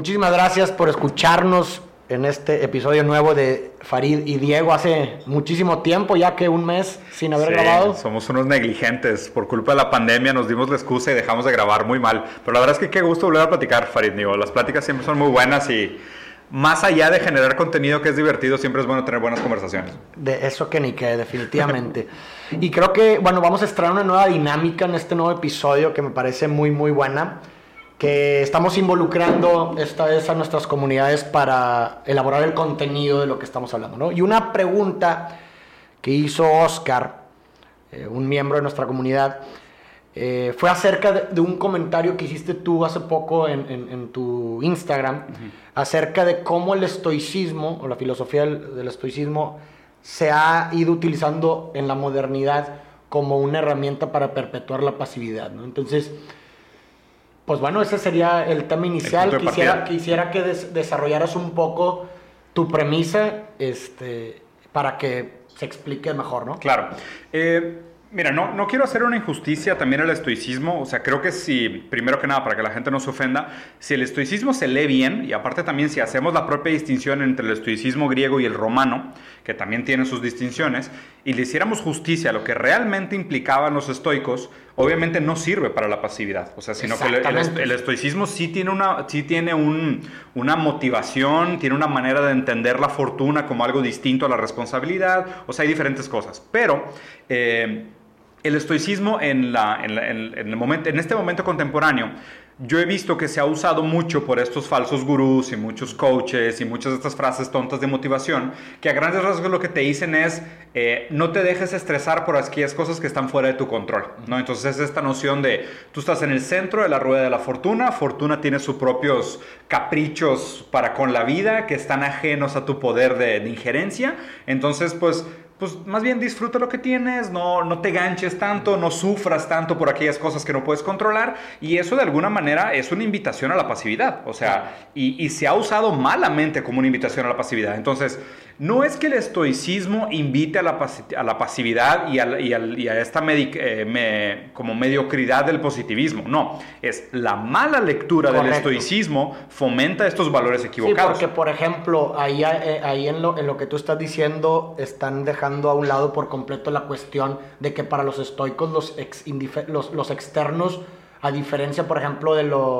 Muchísimas gracias por escucharnos en este episodio nuevo de Farid y Diego. Hace muchísimo tiempo, ya que un mes sin haber grabado. Somos unos negligentes. Por culpa de la pandemia nos dimos la excusa y dejamos de grabar muy mal. Pero la verdad es que qué gusto volver a platicar, Farid. Digo, las pláticas siempre son muy buenas y más allá de generar contenido que es divertido, siempre es bueno tener buenas conversaciones. De eso que ni qué, definitivamente. Y creo que, bueno, vamos a estrenar una nueva dinámica en este nuevo episodio que me parece muy, muy buena. Que estamos involucrando esta vez a nuestras comunidades para elaborar el contenido de lo que estamos hablando, ¿no? Y una pregunta que hizo Oscar, un miembro de nuestra comunidad, fue acerca de un comentario que hiciste tú hace poco en tu Instagram, acerca de cómo el estoicismo, o la filosofía del estoicismo, se ha ido utilizando en la modernidad como una herramienta para perpetuar la pasividad, ¿no? Entonces, pues bueno, ese sería el tema inicial. Quisiera que desarrollaras un poco tu premisa para que se explique mejor, ¿no? Claro. Mira, no quiero hacer una injusticia también al estoicismo. O sea, creo que si, primero que nada, para que la gente no se ofenda, si el estoicismo se lee bien, y aparte también si hacemos la propia distinción entre el estoicismo griego y el romano, que también tiene sus distinciones, y le hiciéramos justicia a lo que realmente implicaban los estoicos, obviamente no sirve para la pasividad. O sea, sino que el estoicismo sí tiene una motivación, tiene una manera de entender la fortuna como algo distinto a la responsabilidad. O sea, hay diferentes cosas. Pero el estoicismo en este momento contemporáneo, yo he visto que se ha usado mucho por estos falsos gurús y muchos coaches y muchas de estas frases tontas de motivación, que a grandes rasgos lo que te dicen es no te dejes estresar por aquellas cosas que están fuera de tu control, ¿no? Entonces es esta noción de tú estás en el centro de la rueda de la fortuna, fortuna tiene sus propios caprichos para con la vida que están ajenos a tu poder de injerencia, entonces pues más bien disfruta lo que tienes, no te ganches tanto, no sufras tanto por aquellas cosas que no puedes controlar, y eso de alguna manera es una invitación a la pasividad, o sea, y se ha usado malamente como una invitación a la pasividad. Entonces, no es que el estoicismo invite a la pasividad y a esta como mediocridad del positivismo, no, es la mala lectura del estoicismo fomenta estos valores equivocados. Sí, porque por ejemplo, ahí en lo que tú estás diciendo, están dejando a un lado por completo la cuestión de que para los estoicos los externos, a diferencia, por ejemplo, de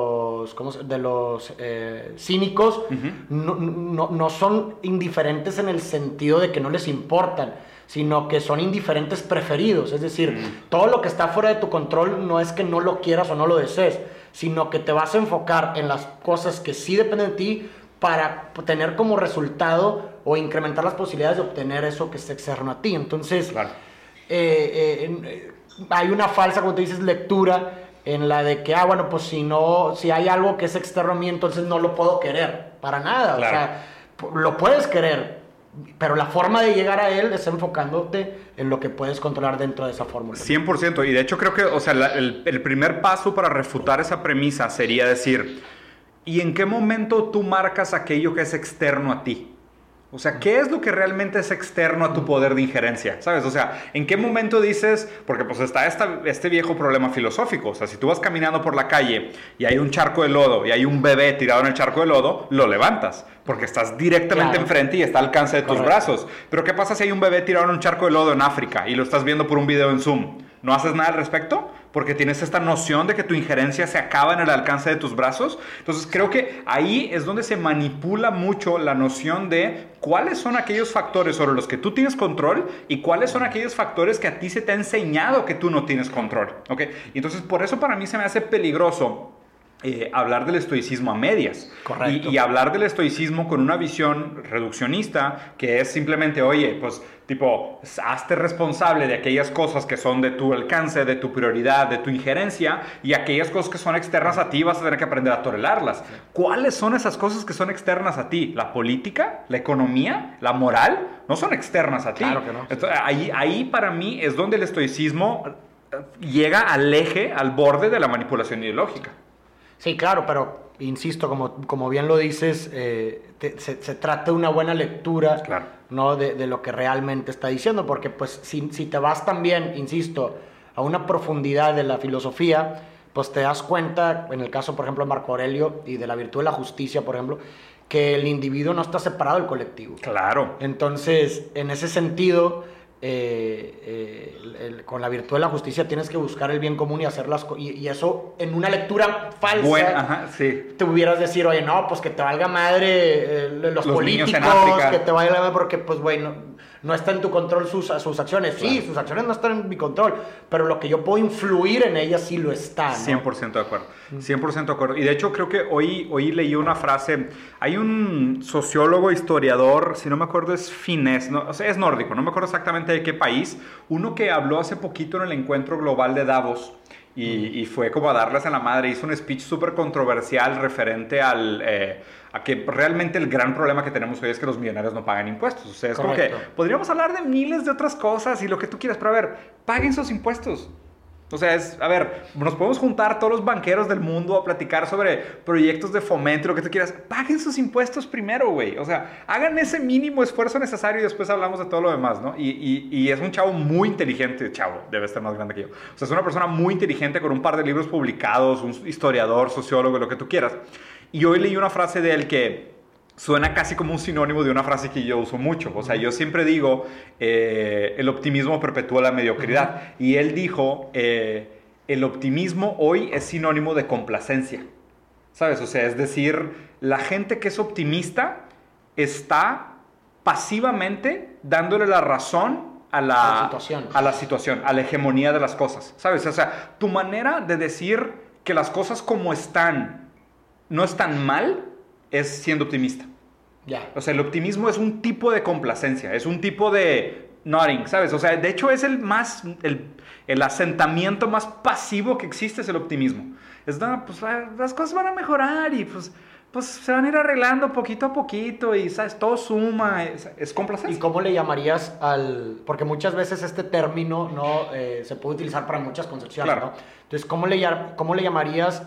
los cínicos, no son indiferentes en el sentido de que no les importan, sino que son indiferentes preferidos. Es decir, todo lo que está fuera de tu control no es que no lo quieras o no lo desees, sino que te vas a enfocar en las cosas que sí dependen de ti para tener como resultado o incrementar las posibilidades de obtener eso que es externo a ti. Entonces, claro. Hay una falsa, como te dices, lectura en la de que, bueno, pues si hay algo que es externo a mí, entonces no lo puedo querer, para nada. Claro. O sea, lo puedes querer, pero la forma de llegar a él es enfocándote en lo que puedes controlar dentro de esa fórmula. 100%, y de hecho creo que, o sea, el primer paso para refutar esa premisa sería decir, ¿y en qué momento tú marcas aquello que es externo a ti? O sea, ¿qué es lo que realmente es externo a tu poder de injerencia? ¿Sabes? O sea, ¿en qué momento dices? Porque pues está este viejo problema filosófico. O sea, si tú vas caminando por la calle y hay un charco de lodo y hay un bebé tirado en el charco de lodo, lo levantas. Porque estás directamente enfrente y está al alcance de tus brazos. Pero ¿qué pasa si hay un bebé tirado en un charco de lodo en África y lo estás viendo por un video en Zoom? ¿No haces nada al respecto? Porque tienes esta noción de que tu injerencia se acaba en el alcance de tus brazos. Entonces creo que ahí es donde se manipula mucho la noción de cuáles son aquellos factores sobre los que tú tienes control y cuáles son aquellos factores que a ti se te ha enseñado que tú no tienes control, ¿ok? Y entonces por eso para mí se me hace peligroso hablar del estoicismo a medias. Correcto. Y hablar del estoicismo con una visión reduccionista que es simplemente, oye, pues tipo, hazte responsable de aquellas cosas que son de tu alcance, de tu prioridad, de tu injerencia, y aquellas cosas que son externas a ti vas a tener que aprender a tolerarlas. ¿Cuáles son esas cosas que son externas a ti? ¿La política? ¿La economía? ¿La moral? No son externas a ti. Claro que no. Entonces, ahí para mí es donde el estoicismo llega al eje, al borde de la manipulación ideológica. Sí, claro, pero insisto, como bien lo dices, se trata de una buena lectura, claro, ¿no? de lo que realmente está diciendo, porque pues si te vas también, insisto, a una profundidad de la filosofía, pues te das cuenta, en el caso, por ejemplo, de Marco Aurelio y de la virtud de la justicia, por ejemplo, que el individuo no está separado del colectivo. Claro. Entonces, en ese sentido, con la virtud de la justicia tienes que buscar el bien común y hacer las cosas. Y eso, en una lectura falsa, Ajá, sí. te hubieras decir, oye, no, pues que te valga madre los políticos, niños en África. que te valga madre porque, pues, güey, no está en tu control sus acciones. Claro. Sí, sus acciones no están en mi control, pero lo que yo puedo influir en ellas sí lo está, ¿no? 100% de acuerdo, 100% de acuerdo. Y de hecho creo que hoy leí una frase, hay un sociólogo, historiador, si no me acuerdo es finés, no, o sea, es nórdico, no me acuerdo exactamente de qué país, uno que habló hace poquito en el encuentro global de Davos, y fue como a darles en la madre, hizo un speech súper controversial referente a que realmente el gran problema que tenemos hoy es que los millonarios no pagan impuestos. O sea, es Correcto. como que podríamos hablar de miles de otras cosas y lo que tú quieras, pero a ver, paguen sus impuestos. O sea, a ver, nos podemos juntar todos los banqueros del mundo a platicar sobre proyectos de fomento, lo que tú quieras. Paguen sus impuestos primero, güey. O sea, hagan ese mínimo esfuerzo necesario y después hablamos de todo lo demás, ¿no? Y es un chavo muy inteligente, chavo, debe estar más grande que yo. O sea, es una persona muy inteligente con un par de libros publicados, un historiador, sociólogo, lo que tú quieras. Y hoy leí una frase de él que suena casi como un sinónimo de una frase que yo uso mucho. O sea, yo siempre digo, el optimismo perpetúa la mediocridad. Y él dijo, el optimismo hoy es sinónimo de complacencia. ¿Sabes? O sea, es decir, la gente que es optimista está pasivamente dándole la razón a la situación, a la hegemonía de las cosas. ¿Sabes? O sea, tu manera de decir que las cosas como están no están mal es siendo optimista. Ya. O sea, el optimismo es un tipo de complacencia, es un tipo de nodding, ¿sabes? O sea, de hecho es el asentamiento más pasivo que existe es el optimismo. Es, no, pues las cosas van a mejorar y pues se van a ir arreglando poquito a poquito y, ¿sabes? Todo suma, es complacencia. ¿Y cómo le llamarías porque muchas veces este término no se puede utilizar para muchas concepciones, Claro. ¿no? Entonces, ¿cómo le llamarías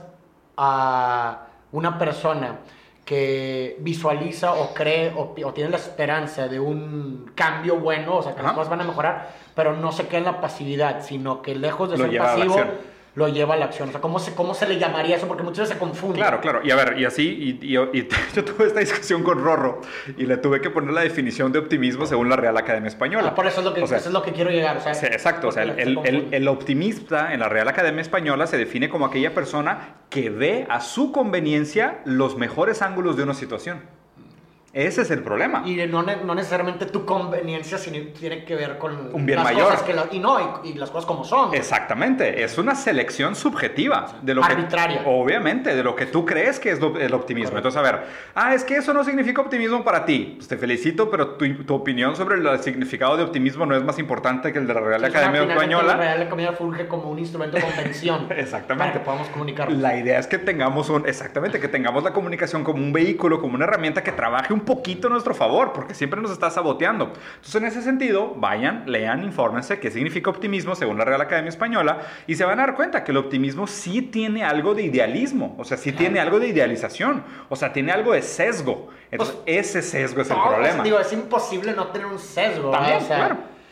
a una persona que visualiza o cree o tiene la esperanza de un cambio bueno, o sea, que las cosas van a mejorar, pero no se queda en la pasividad, sino que lejos de ser pasivo, lo lleva a la acción? O sea, ¿cómo se le llamaría eso? Porque muchas veces se confunde. Claro, claro. Y a ver, y así, yo tuve esta discusión con Rorro y le tuve que poner la definición de optimismo según la Real Academia Española. Por eso eso es lo que quiero llegar. O sea, sí, exacto. O sea, el optimista en la Real Academia Española se define como aquella persona que ve a su conveniencia los mejores ángulos de una situación. Ese es el problema. Y no necesariamente tu conveniencia, sino tiene que ver con un bien las mayor. Cosas y las cosas como son. Exactamente. Es una selección subjetiva. De lo arbitraria. Obviamente, de lo que tú crees que es el optimismo. Correcto. Entonces, a ver, es que eso no significa optimismo para ti. Pues te felicito, pero tu opinión sobre el significado de optimismo no es más importante que el de la Real Academia Española. La Real Academia funge como un instrumento de convención. Exactamente. Para que podamos comunicar. La idea es que tengamos que tengamos la comunicación como un vehículo, como una herramienta que trabaje un poquito a nuestro favor, porque siempre nos está saboteando. Entonces, en ese sentido, vayan, lean, infórmense qué significa optimismo según la Real Academia Española y se van a dar cuenta que el optimismo sí tiene algo de idealismo, o sea, sí tiene algo de idealización, o sea, tiene algo de sesgo. Entonces, ese sesgo es el problema. Digo, es imposible no tener un sesgo. También, o sea, claro.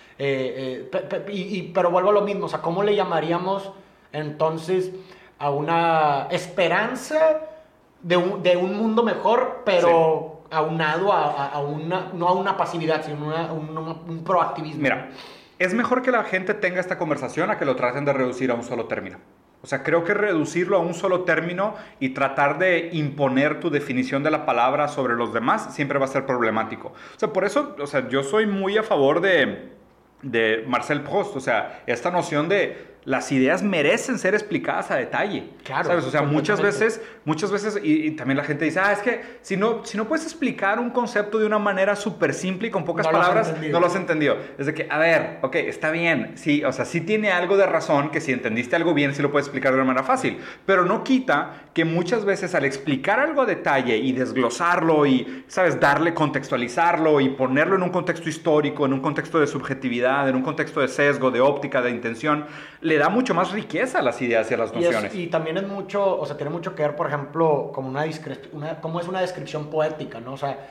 Pero vuelvo a lo mismo, o sea, ¿cómo le llamaríamos entonces a una esperanza de un mundo mejor, pero aunado no a una pasividad, sino un proactivismo? Mira, es mejor que la gente tenga esta conversación a que lo traten de reducir a un solo término. O sea, creo que reducirlo a un solo término y tratar de imponer tu definición de la palabra sobre los demás siempre va a ser problemático. O sea, por eso, o sea, yo soy muy a favor de Marcel Proust. O sea, esta noción de las ideas merecen ser explicadas a detalle. Claro. ¿Sabes? O sea, muchas veces, y también la gente dice, es que si no puedes explicar un concepto de una manera súper simple y con pocas palabras, no lo has entendido. Es de que, a ver, ok, está bien, sí, o sea, sí tiene algo de razón que si entendiste algo bien, sí lo puedes explicar de una manera fácil, pero no quita que muchas veces al explicar algo a detalle y desglosarlo y, ¿sabes?, contextualizarlo y ponerlo en un contexto histórico, en un contexto de subjetividad, en un contexto de sesgo, de óptica, de intención, le da mucho más riqueza a las ideas y a las nociones. Y también es mucho, o sea, tiene mucho que ver, por ejemplo, como cómo es una descripción poética, ¿no? O sea,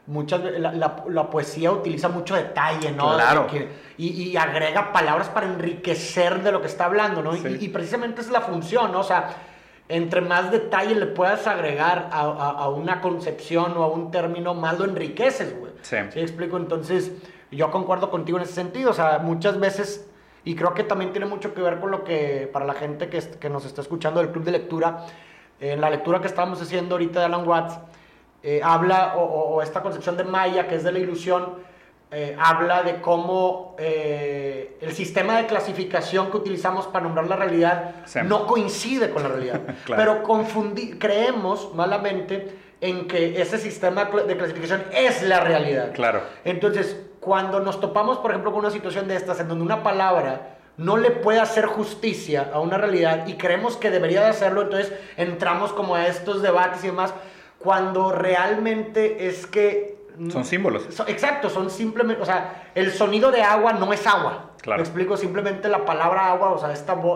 la poesía utiliza mucho detalle, ¿no? Claro. Y agrega palabras para enriquecer de lo que está hablando, ¿no? Sí. Y precisamente es la función, ¿no? O sea, entre más detalle le puedas agregar a una concepción o a un término, más lo enriqueces, güey. Sí. ¿Sí me explico? Entonces, yo concuerdo contigo en ese sentido. O sea, muchas veces, y creo que también tiene mucho que ver con lo que, para la gente que nos está escuchando del club de lectura, en la lectura que estábamos haciendo ahorita de Alan Watts, habla, o esta concepción de Maya, que es de la ilusión, habla de cómo el sistema de clasificación que utilizamos para nombrar la realidad no coincide con la realidad. Claro. Pero creemos malamente en que ese sistema de clasificación es la realidad. Claro. Entonces, cuando nos topamos, por ejemplo, con una situación de estas, en donde una palabra no le puede hacer justicia a una realidad y creemos que debería de hacerlo, entonces entramos como a estos debates y demás, cuando realmente es que... Son símbolos. Exacto, son simplemente... O sea, el sonido de agua no es agua. Claro. Me explico, simplemente la palabra agua, o sea,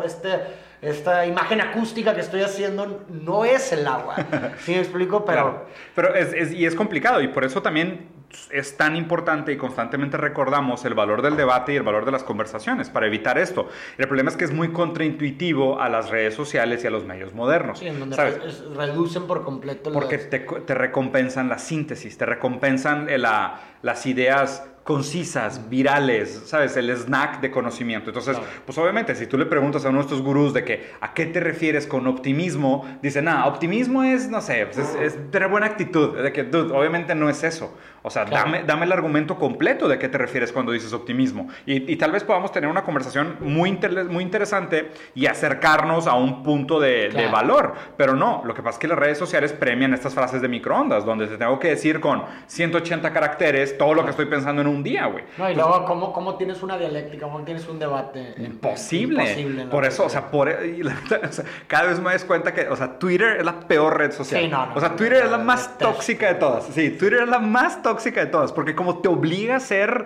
esta imagen acústica que estoy haciendo no es el agua. ¿Sí me explico? Pero... Claro. Pero es complicado, y por eso también es tan importante y constantemente recordamos el valor del debate y el valor de las conversaciones para evitar esto. El problema es que es muy contraintuitivo a las redes sociales y a los medios modernos. Sí, en donde reducen por completo. Porque te recompensan la síntesis, te recompensan las ideas concisas, virales, ¿sabes? El snack de conocimiento. Entonces, pues obviamente, si tú le preguntas a uno de estos gurús de que ¿a qué te refieres con optimismo? Dicen, optimismo es, no sé, pues es tener buena actitud. De que, dude, obviamente no es eso. O sea, dame el argumento completo de qué te refieres cuando dices optimismo. Y tal vez podamos tener una conversación muy interesante y acercarnos a un punto de valor. Pero no, lo que pasa es que las redes sociales premian estas frases de microondas, donde te tengo que decir con 180 caracteres todo lo que estoy pensando en un día, güey. No, y luego, ¿cómo tienes una dialéctica? ¿Cómo tienes un debate? Imposible. Por eso, o sea, cada vez me das cuenta que, o sea, Twitter es la peor red social. Sí, no. O sea, Twitter es la más tóxica de todas. Sí, Twitter es la más tóxica de todas, porque como te obliga a ser...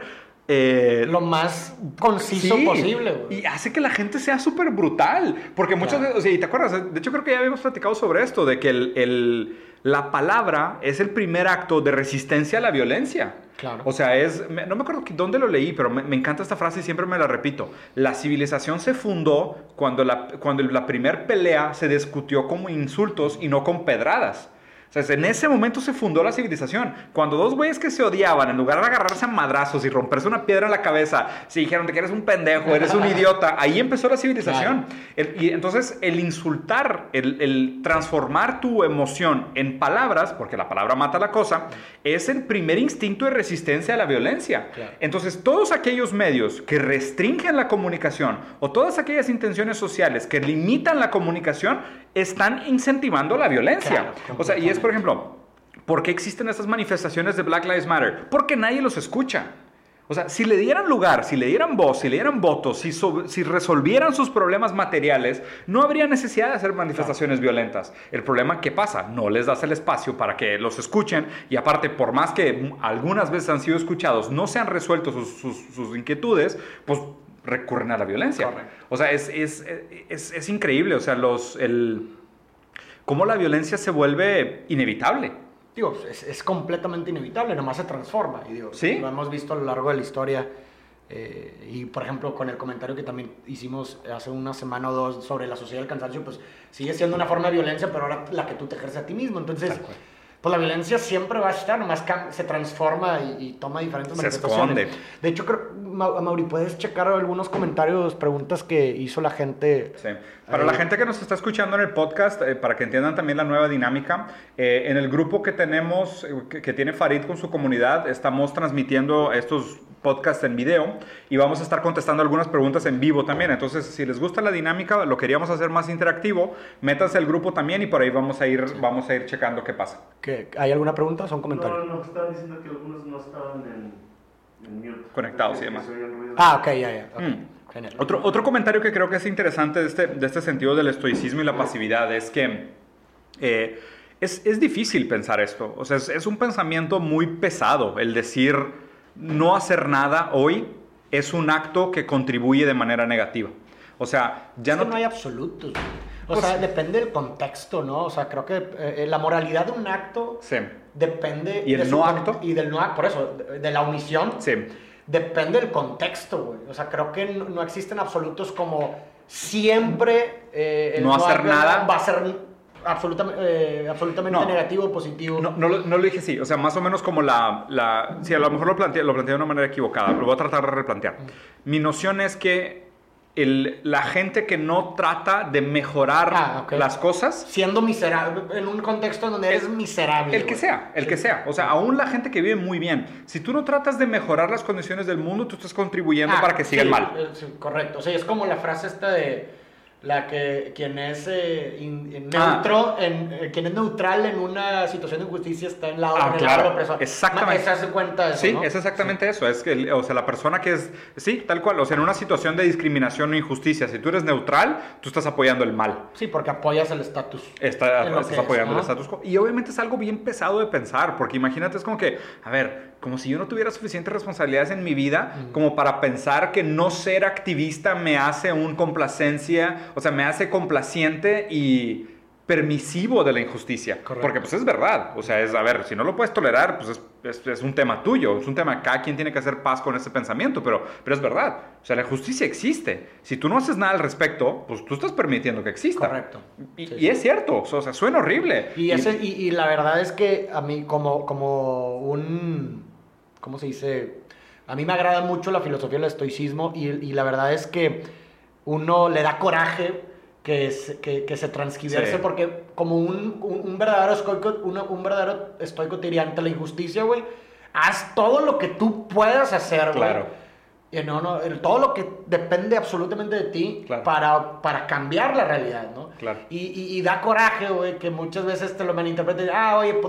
lo más conciso posible, güey. Y hace que la gente sea súper brutal. Porque muchas veces, o sea, y te acuerdas, de hecho creo que ya habíamos platicado sobre esto, de que la palabra es el primer acto de resistencia a la violencia. Claro. O sea, no me acuerdo dónde lo leí, pero me encanta esta frase y siempre me la repito. La civilización se fundó cuando la primer pelea se discutió como insultos y no con pedradas. O sea, en ese momento se fundó la civilización. Cuando dos güeyes que se odiaban, en lugar de agarrarse a madrazos y romperse una piedra en la cabeza, se dijeron que eres un pendejo, eres un idiota, ahí empezó la civilización. Claro. Y entonces el insultar, el transformar tu emoción en palabras, porque la palabra mata la cosa, es el primer instinto de resistencia a la violencia. Claro. Entonces todos aquellos medios que restringen la comunicación o todas aquellas intenciones sociales que limitan la comunicación están incentivando la violencia. Claro, o sea, y es, por ejemplo, ¿por qué existen estas manifestaciones de Black Lives Matter? Porque nadie los escucha. O sea, si le dieran lugar, si le dieran voz, si le dieran votos, si resolvieran sus problemas materiales, no habría necesidad de hacer manifestaciones violentas. El problema, ¿qué pasa? No les das el espacio para que los escuchen, y aparte, por más que algunas veces han sido escuchados, no se han resuelto sus inquietudes, pues recurren a la violencia. Correcto. O sea, es increíble, o sea, cómo la violencia se vuelve inevitable. Digo, es completamente inevitable, nomás se transforma. Y digo, ¿sí? Lo hemos visto a lo largo de la historia. Y, por ejemplo, con el comentario que también hicimos hace una semana o dos sobre la sociedad del cansancio, pues sigue siendo una forma de violencia, pero ahora la que tú te ejerces a ti mismo. Entonces, pues la violencia siempre va a estar, nomás se transforma y toma diferentes manifestaciones. Se esconde. De hecho, creo, Mauri, ¿puedes checar algunos comentarios, preguntas que hizo la gente? Sí. Para la gente que nos está escuchando en el podcast, para que entiendan también la nueva dinámica, en el grupo que tenemos, que tiene Farid con su comunidad, estamos transmitiendo estos podcasts en video y vamos a estar contestando algunas preguntas en vivo también. Entonces, si les gusta la dinámica, lo queríamos hacer más interactivo, métanse al grupo también y por ahí vamos a ir checando qué pasa. ¿Hay alguna pregunta o son comentarios? No, estaban diciendo que algunos no estaban en mute. Conectados y demás. Ok, ya. Okay. Genial. Otro comentario que creo que es interesante de este sentido del estoicismo y la pasividad es que es difícil pensar esto. O sea, es un pensamiento muy pesado. El decir no hacer nada hoy es un acto que contribuye de manera negativa. O sea, ya no hay absolutos. O sea, depende del contexto, ¿no? O sea, creo que la moralidad de un acto Sí. depende... ¿Y el de no acto? Y del no acto, por eso, de la omisión. Sí. Depende del contexto, güey. O sea, creo que no existen absolutos como siempre el No hacer acto nada. va a ser absolutamente No. negativo o positivo. No lo dije así, o sea, más o menos como sí, a lo mejor lo planteé de una manera equivocada, lo voy a tratar de replantear. Mi noción es que la gente que no trata de mejorar Ok. las cosas, Siendo miserable, en un contexto donde eres miserable. el que güey. sea, el que sea, o sea, aún la gente que vive muy bien, si tú no tratas de mejorar las condiciones del mundo, tú estás contribuyendo para que sigan sí, mal. Sí, correcto. O sea, es como la frase esta de la que quien es neutro, quien es neutral en una situación de injusticia está en lado, en el lado del opresor. Exactamente. Esa se cuenta de eso, Sí, ¿no? es exactamente eso. Es que, o sea, la persona que es, sí, tal cual, o sea, en una situación de discriminación o injusticia, si tú eres neutral, tú estás apoyando el mal. Sí, porque apoyas el estatus. Estás es, apoyando ¿no? el status quo. Y obviamente es algo bien pesado de pensar, porque imagínate, es como que, a ver, como si yo no tuviera suficientes responsabilidades en mi vida como para pensar que no ser activista me hace un complacencia, o sea, me hace complaciente y permisivo de la injusticia. Correcto. Porque pues es verdad, o sea, a ver, si no lo puedes tolerar, pues es un tema tuyo, es un tema, cada quien tiene que hacer paz con ese pensamiento, pero es verdad, o sea, la justicia existe. Si tú no haces nada al respecto, pues tú estás permitiendo que exista. Correcto. Y, Sí, y sí. es cierto, o sea, suena horrible. Y la verdad es que a mí como un... ¿Cómo se dice? A mí me agrada mucho la filosofía del estoicismo y la verdad es que uno le da coraje que se transgiverse Sí. porque como un verdadero estoico, un verdadero estoico te diría ante la injusticia, güey, haz todo lo que tú puedas hacer, güey. Claro. Todo lo que depende absolutamente de ti Claro. para cambiar la realidad, ¿no? Claro. Y da coraje, güey, que muchas veces te lo malinterpreten. Oye, pues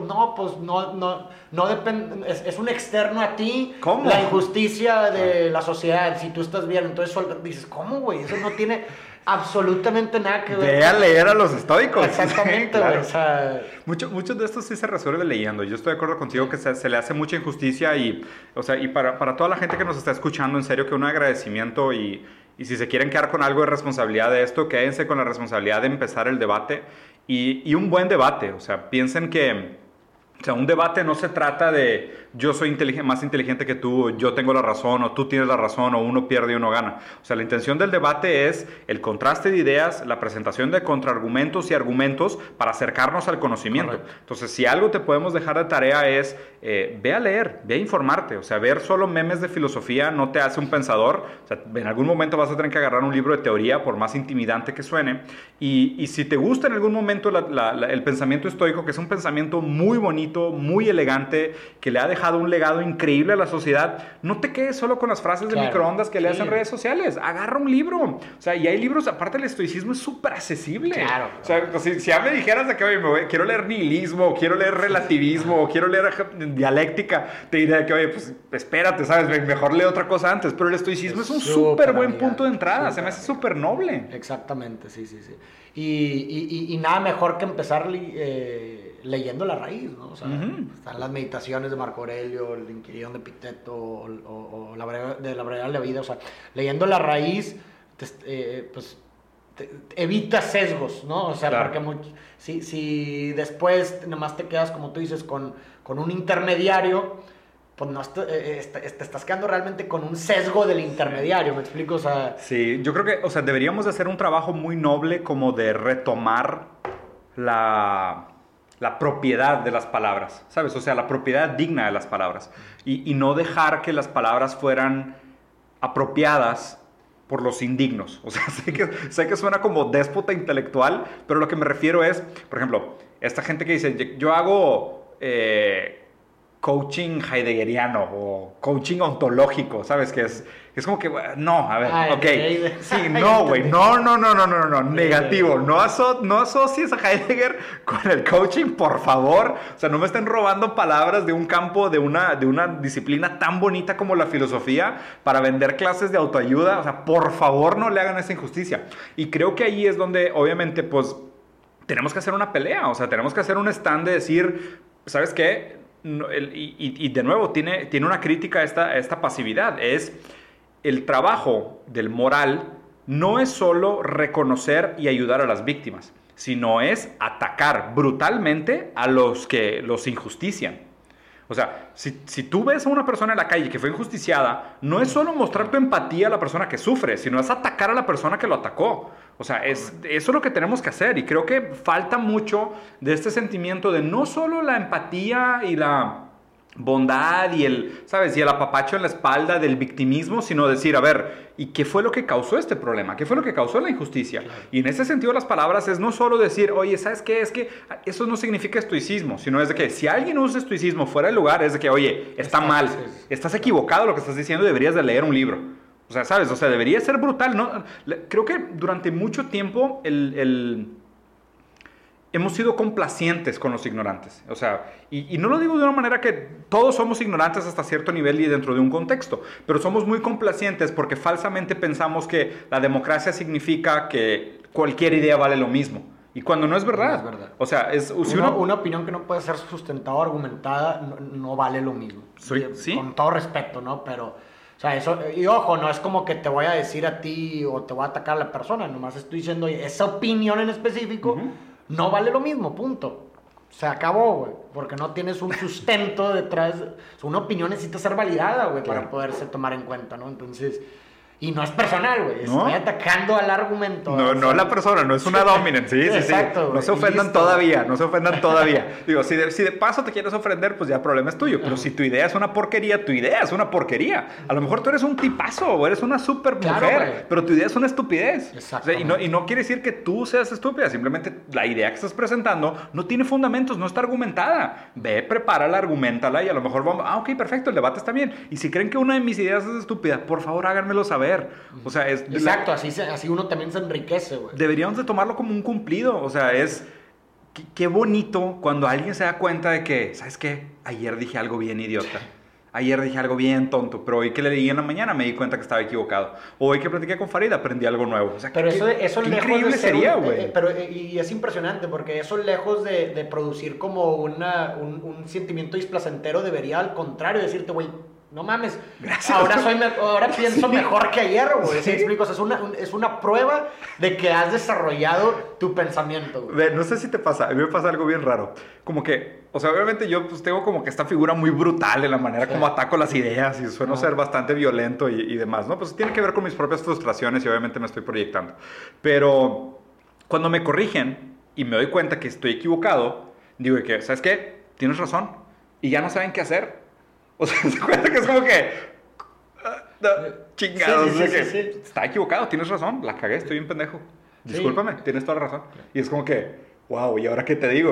no depende, es un externo a ti. ¿Cómo? La injusticia de la sociedad, si tú estás bien, entonces dices, ¿cómo, güey? Eso no tiene absolutamente nada que ver. Ve a leer a los estoicos. Exactamente, Claro. güey, o sea... Muchos de estos sí se resuelve leyendo. Yo estoy de acuerdo contigo que se le hace mucha injusticia y, o sea, y para toda la gente que nos está escuchando, en serio que un agradecimiento y si se quieren quedar con algo de responsabilidad de esto, quédense con la responsabilidad de empezar el debate y un buen debate. O sea, piensen que, o sea, un debate no se trata de yo soy más inteligente que tú, yo tengo la razón o tú tienes la razón o uno pierde y uno gana. O sea, la intención del debate es el contraste de ideas, la presentación de contraargumentos y argumentos para acercarnos al conocimiento. Correcto. Entonces, si algo te podemos dejar de tarea es ve a leer, ve a informarte. O sea, ver solo memes de filosofía no te hace un pensador. O sea, en algún momento vas a tener que agarrar un libro de teoría, por más intimidante que suene. Y si te gusta en algún momento el pensamiento estoico, que es un pensamiento muy bonito, muy elegante, que le ha dejado un legado increíble a la sociedad, no te quedes solo con las frases de Claro. microondas que leas Sí. en redes sociales. Agarra un libro. O sea, y hay libros, aparte del estoicismo, es súper accesible. Claro. O sea, pues, si ya me dijeras de que, oye, quiero leer nihilismo, quiero leer relativismo, quiero leer dialéctica, te diría que, oye, pues espérate, ¿sabes? Mejor lee otra cosa antes. Pero el estoicismo es un súper buen amigable, punto de entrada. Se me súper hace súper noble. Exactamente, sí. Y nada mejor que empezar leyendo la raíz, ¿no? O sea, están las meditaciones de Marco Aurelio, el Inquirión de Epicteto o la breve de la vida. O sea, leyendo la raíz, pues evita sesgos, ¿no? O sea, Claro. porque si después nomás te quedas, como tú dices, con un intermediario, pues no te estás quedando realmente con un sesgo del intermediario, ¿me explico? O sea... Sí, yo creo que, o sea, deberíamos de hacer un trabajo muy noble como de retomar la propiedad de las palabras, ¿sabes? O sea, la propiedad digna de las palabras. Y no dejar que las palabras fueran apropiadas por los indignos. O sea, sé que suena como déspota intelectual, pero lo que me refiero es, por ejemplo, esta gente que dice, yo hago coaching heideggeriano o coaching ontológico, ¿sabes? Que es como que, no, a ver, ok. Sí, no, güey, no, negativo. No asocies a Heidegger con el coaching, por favor. O sea, no me estén robando palabras de un campo, de una disciplina tan bonita como la filosofía para vender clases de autoayuda. O sea, por favor, no le hagan esa injusticia. Y creo que ahí es donde, obviamente, pues, tenemos que hacer una pelea. O sea, tenemos que hacer un stand de decir, ¿sabes qué? Y de nuevo, tiene una crítica a esta pasividad. Es el trabajo del moral no es solo reconocer y ayudar a las víctimas, sino es atacar brutalmente a los que los injustician. O sea, si tú ves a una persona en la calle que fue injusticiada, no es solo mostrar tu empatía a la persona que sufre, sino es atacar a la persona que lo atacó. O sea, eso es lo que tenemos que hacer. Y creo que falta mucho de este sentimiento de no solo la empatía y la bondad y ¿sabes? Y el apapacho en la espalda del victimismo, sino decir, a ver, ¿y qué fue lo que causó este problema? ¿Qué fue lo que causó la injusticia? Claro. Y en ese sentido las palabras es no solo decir, oye, ¿sabes qué? Es que eso no significa estoicismo, sino es de que si alguien usa estoicismo fuera de lugar, es de que, oye, está mal, estás equivocado lo que estás diciendo y deberías de leer un libro. O sea, ¿sabes? O sea, debería ser brutal, ¿no? Creo que durante mucho tiempo hemos sido complacientes con los ignorantes. O sea, y no lo digo de una manera que todos somos ignorantes hasta cierto nivel y dentro de un contexto, pero somos muy complacientes porque falsamente pensamos que la democracia significa que cualquier idea vale lo mismo. Y cuando no es verdad. No es verdad. O sea, una opinión que no puede ser sustentada o argumentada no vale lo mismo. ¿Sí? Con todo respeto, ¿no? Pero, o sea, eso, y ojo, no es como que te voy a decir a ti o te voy a atacar a la persona, nomás estoy diciendo, esa opinión en específico no vale lo mismo, punto. Se acabó, güey, porque no tienes un sustento detrás. Una opinión necesita ser validada, güey, para poderse tomar en cuenta, ¿no? Entonces, y no es personal, güey, estoy atacando al argumento. No la persona, no es una dominant, sí. Exacto, no se ofendan todavía, no se ofendan todavía. Digo, si de paso te quieres ofender, pues ya el problema es tuyo, pero si tu idea es una porquería, tu idea es una porquería. A lo mejor tú eres un tipazo o eres una super mujer, pero tu idea es una estupidez. Exacto. O sea, y no quiere decir que tú seas estúpida, simplemente la idea que estás presentando no tiene fundamentos, no está argumentada. Ve, prepárala, argumentala y a lo mejor vamos, ok, perfecto, el debate está bien. Y si creen que una de mis ideas es estúpida, por favor háganmelo saber. O sea, exacto, así uno también se enriquece, güey. Deberíamos de tomarlo como un cumplido. O sea, qué bonito cuando alguien se da cuenta de que, ¿sabes qué? Ayer dije algo bien idiota. Ayer dije algo bien tonto, pero hoy que le leí en la mañana me di cuenta que estaba equivocado. O hoy que platiqué con Farid aprendí algo nuevo. O sea, pero eso qué lejos increíble de ser sería, güey. Y es impresionante porque eso lejos de producir como un sentimiento displacentero debería al contrario decirte, güey, no mames, gracias. Ahora pienso mejor que ayer, güey. ¿Sí? ¿Explico? O sea, es una prueba de que has desarrollado tu pensamiento, güey. No sé si te pasa, a mí me pasa algo bien raro. Como que, o sea, obviamente yo pues tengo como que esta figura muy brutal en la manera como ataco las ideas y sueno ser bastante violento y demás, ¿no? Pues tiene que ver con mis propias frustraciones y obviamente me estoy proyectando. Pero cuando me corrigen y me doy cuenta que estoy equivocado, digo que, ¿sabes qué? Tienes razón. Y ya no saben qué hacer. O sea, se cuenta que es como que... chingados. Sí. Está equivocado, tienes razón. La cagué, estoy bien pendejo. Discúlpame, tienes toda la razón. Y es como que, wow, ¿y ahora qué te digo?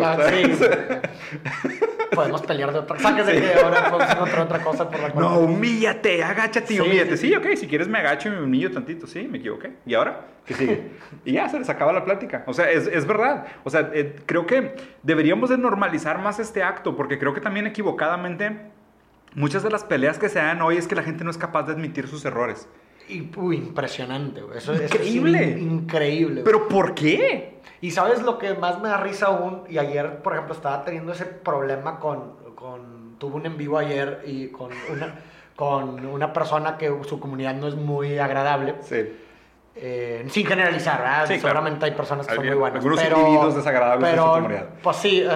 Podemos pelear de otra cosa. Sáquese que ahora podemos otra cosa por la cual... No, humíllate, agáchate y humíllate. Sí, ok, si quieres me agacho y me humillo tantito. Sí, me equivoqué. ¿Y ahora? ¿Qué sigue? Y ya, se les acaba la plática. O sea, es verdad. O sea, creo que deberíamos de normalizar más este acto, porque creo que también equivocadamente... Muchas de las peleas que se dan hoy es que la gente no es capaz de admitir sus errores. Impresionante, güey. Increíble. Eso es increíble. ¿Pero por qué? Y ¿sabes lo que más me da risa aún? Y ayer, por ejemplo, estaba teniendo ese problema tuve un en vivo ayer y con una persona que su comunidad no es muy agradable. Sí. Sin generalizar, ¿verdad? Sí, seguramente claro. hay personas que son muy buenas. Algunos individuos desagradables en su comunidad. Pues sí,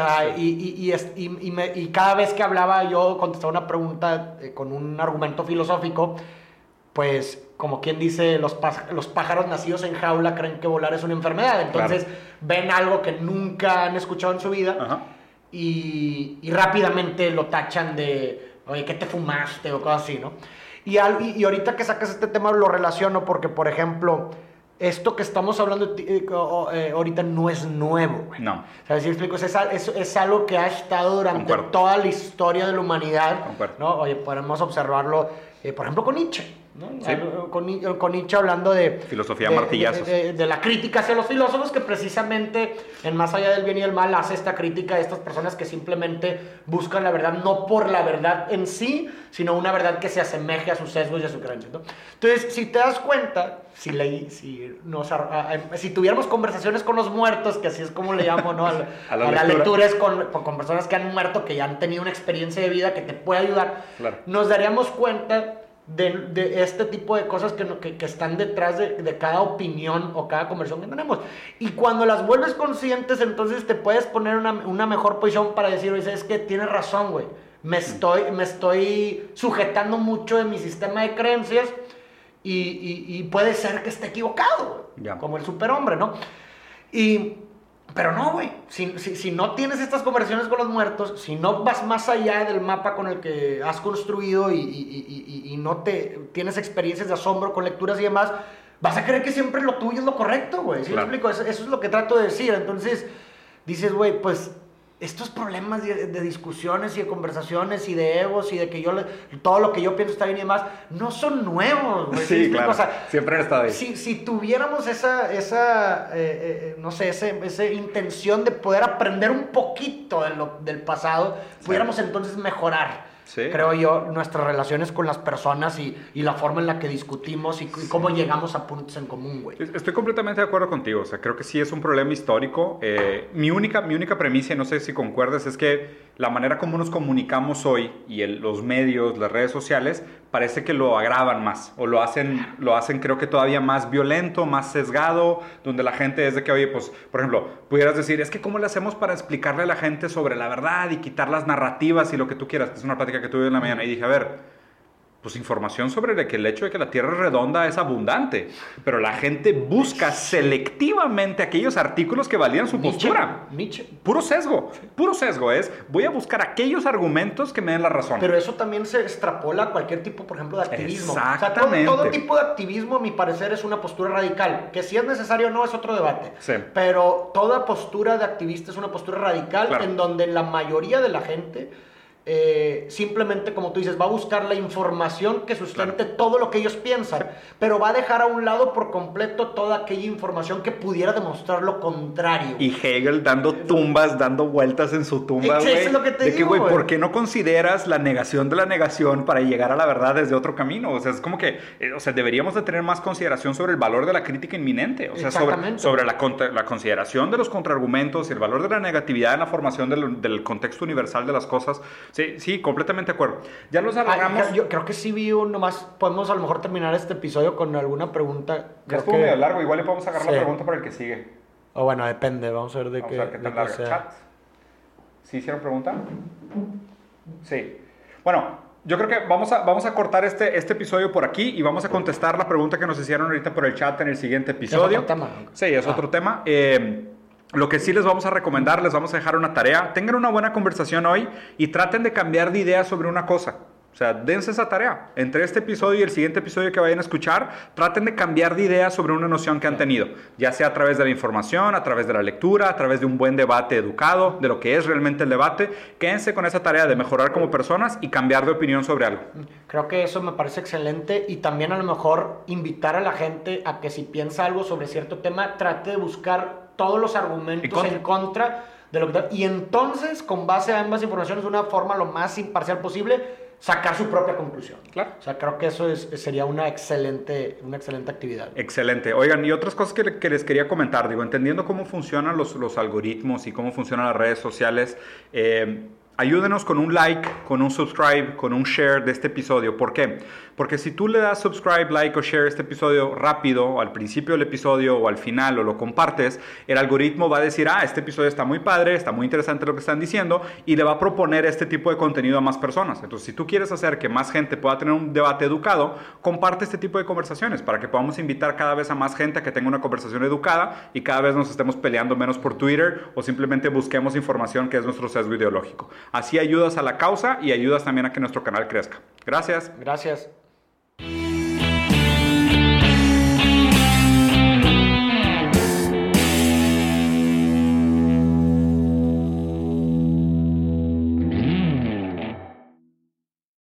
y cada vez que hablaba yo contestaba una pregunta con un argumento filosófico, pues como quien dice, los pájaros nacidos en jaula creen que volar es una enfermedad. Entonces ven algo que nunca han escuchado en su vida y rápidamente lo tachan de, oye, ¿qué te fumaste? O cosas así, ¿no? Y ahorita que sacas este tema lo relaciono porque, por ejemplo, esto que estamos hablando ahorita no es nuevo, güey. No. ¿Sabes si explico? Es algo que ha estado durante toda la historia de la humanidad. Concuerdo. ¿No? Oye, podemos observarlo, por ejemplo, con Nietzsche, ¿no? Sí. Con Nietzsche hablando de... Filosofía martillazos. De la crítica hacia los filósofos, que precisamente, en Más allá del bien y el mal, hace esta crítica a estas personas que simplemente buscan la verdad, no por la verdad en sí, sino una verdad que se asemeje a sus sesgos y a su creencia, ¿no? Entonces, si te das cuenta, si tuviéramos conversaciones con los muertos, que así es como le llamo, ¿no? a la lectura es con personas que han muerto, que ya han tenido una experiencia de vida que te puede ayudar, nos daríamos cuenta de este tipo de cosas que están detrás de cada opinión o cada conversación que tenemos. Y cuando las vuelves conscientes, entonces te puedes poner una mejor posición para decir, oye, es que tienes razón, güey. Me estoy sujetando mucho de mi sistema de creencias y puede ser que esté equivocado, güey. Como el superhombre, ¿no? Pero no, güey. Si no tienes estas conversaciones con los muertos, si no vas más allá del mapa con el que has construido y no tienes experiencias de asombro con lecturas y demás, vas a creer que siempre lo tuyo es lo correcto, güey. ¿Sí me explico? Eso es lo que trato de decir. Entonces, dices, güey, pues estos problemas de discusiones y de conversaciones y de egos y de que todo lo que yo pienso está bien y demás, no son nuevos, güey. Sí, claro. O sea, siempre han estado ahí. Si tuviéramos esa intención de poder aprender un poquito del pasado, pudiéramos entonces mejorar. Sí. Creo yo, nuestras relaciones con las personas y la forma en la que discutimos y cómo llegamos a puntos en común, güey. Estoy completamente de acuerdo contigo. O sea, creo que sí es un problema histórico. Mi única premisa, y no sé si concuerdes, es que la manera como nos comunicamos hoy y los medios, las redes sociales, parece que lo agravan más o lo hacen creo que todavía más violento, más sesgado, donde la gente es de que, oye, pues, por ejemplo, pudieras decir, es que ¿cómo le hacemos para explicarle a la gente sobre la verdad y quitar las narrativas y lo que tú quieras? Es una plática que tuve en la mañana y dije, a ver, pues información sobre el hecho de que la Tierra es redonda es abundante, pero la gente busca selectivamente aquellos artículos que valían su postura. Puro sesgo es, voy a buscar aquellos argumentos que me den la razón. Pero eso también se extrapola a cualquier tipo, por ejemplo, de activismo. Exactamente. O sea, todo tipo de activismo, a mi parecer, es una postura radical, que si es necesario o no es otro debate. Sí. Pero toda postura de activista es una postura radical, claro, en donde la mayoría de la gente simplemente, como tú dices, va a buscar la información que sustente todo lo que ellos piensan, pero va a dejar a un lado por completo toda aquella información que pudiera demostrar lo contrario. Y Hegel dando vueltas en su tumba, güey. Eso es lo que te digo, güey, ¿por qué no consideras la negación de la negación para llegar a la verdad desde otro camino? O sea, es como que, deberíamos de tener más consideración sobre el valor de la crítica inminente, o sea, sobre la consideración de los contraargumentos y el valor de la negatividad en la formación del contexto universal de las cosas. Sí, completamente de acuerdo. Ya los alargamos. Yo creo que sí vi nomás. Podemos a lo mejor terminar este episodio con alguna pregunta. Ya estuvo medio largo. Igual le podemos agarrar la pregunta para el que sigue. O bueno, depende. Vamos a ver de qué. Vamos a ver qué tan larga. ¿Chat? ¿Sí hicieron pregunta? Sí. Bueno, yo creo que vamos a cortar este episodio por aquí y vamos a contestar la pregunta que nos hicieron ahorita por el chat en el siguiente episodio. ¿Es otro tema? Sí, es otro tema. Lo que sí les vamos a recomendar, les vamos a dejar una tarea. Tengan una buena conversación hoy y traten de cambiar de idea sobre una cosa. O sea, dense esa tarea. Entre este episodio y el siguiente episodio que vayan a escuchar, traten de cambiar de idea sobre una noción que han tenido. Ya sea a través de la información, a través de la lectura, a través de un buen debate educado, de lo que es realmente el debate. Quédense con esa tarea de mejorar como personas y cambiar de opinión sobre algo. Creo que eso me parece excelente y también a lo mejor invitar a la gente a que si piensa algo sobre cierto tema, trate de buscar todos los argumentos en contra de lo que... Y entonces, con base a ambas informaciones, de una forma lo más imparcial posible, sacar su propia conclusión. Claro. O sea, creo que eso sería una excelente actividad. Excelente. Oigan, y otras cosas que les quería comentar, entendiendo cómo funcionan los algoritmos y cómo funcionan las redes sociales, ayúdenos con un like, con un subscribe, con un share de este episodio. ¿Por qué? Porque si tú le das subscribe, like o share este episodio rápido, o al principio del episodio o al final, o lo compartes, el algoritmo va a decir, este episodio está muy padre, está muy interesante lo que están diciendo, y le va a proponer este tipo de contenido a más personas. Entonces, si tú quieres hacer que más gente pueda tener un debate educado, comparte este tipo de conversaciones para que podamos invitar cada vez a más gente a que tenga una conversación educada y cada vez nos estemos peleando menos por Twitter o simplemente busquemos información que es nuestro sesgo ideológico. Así ayudas a la causa y ayudas también a que nuestro canal crezca. Gracias. Gracias.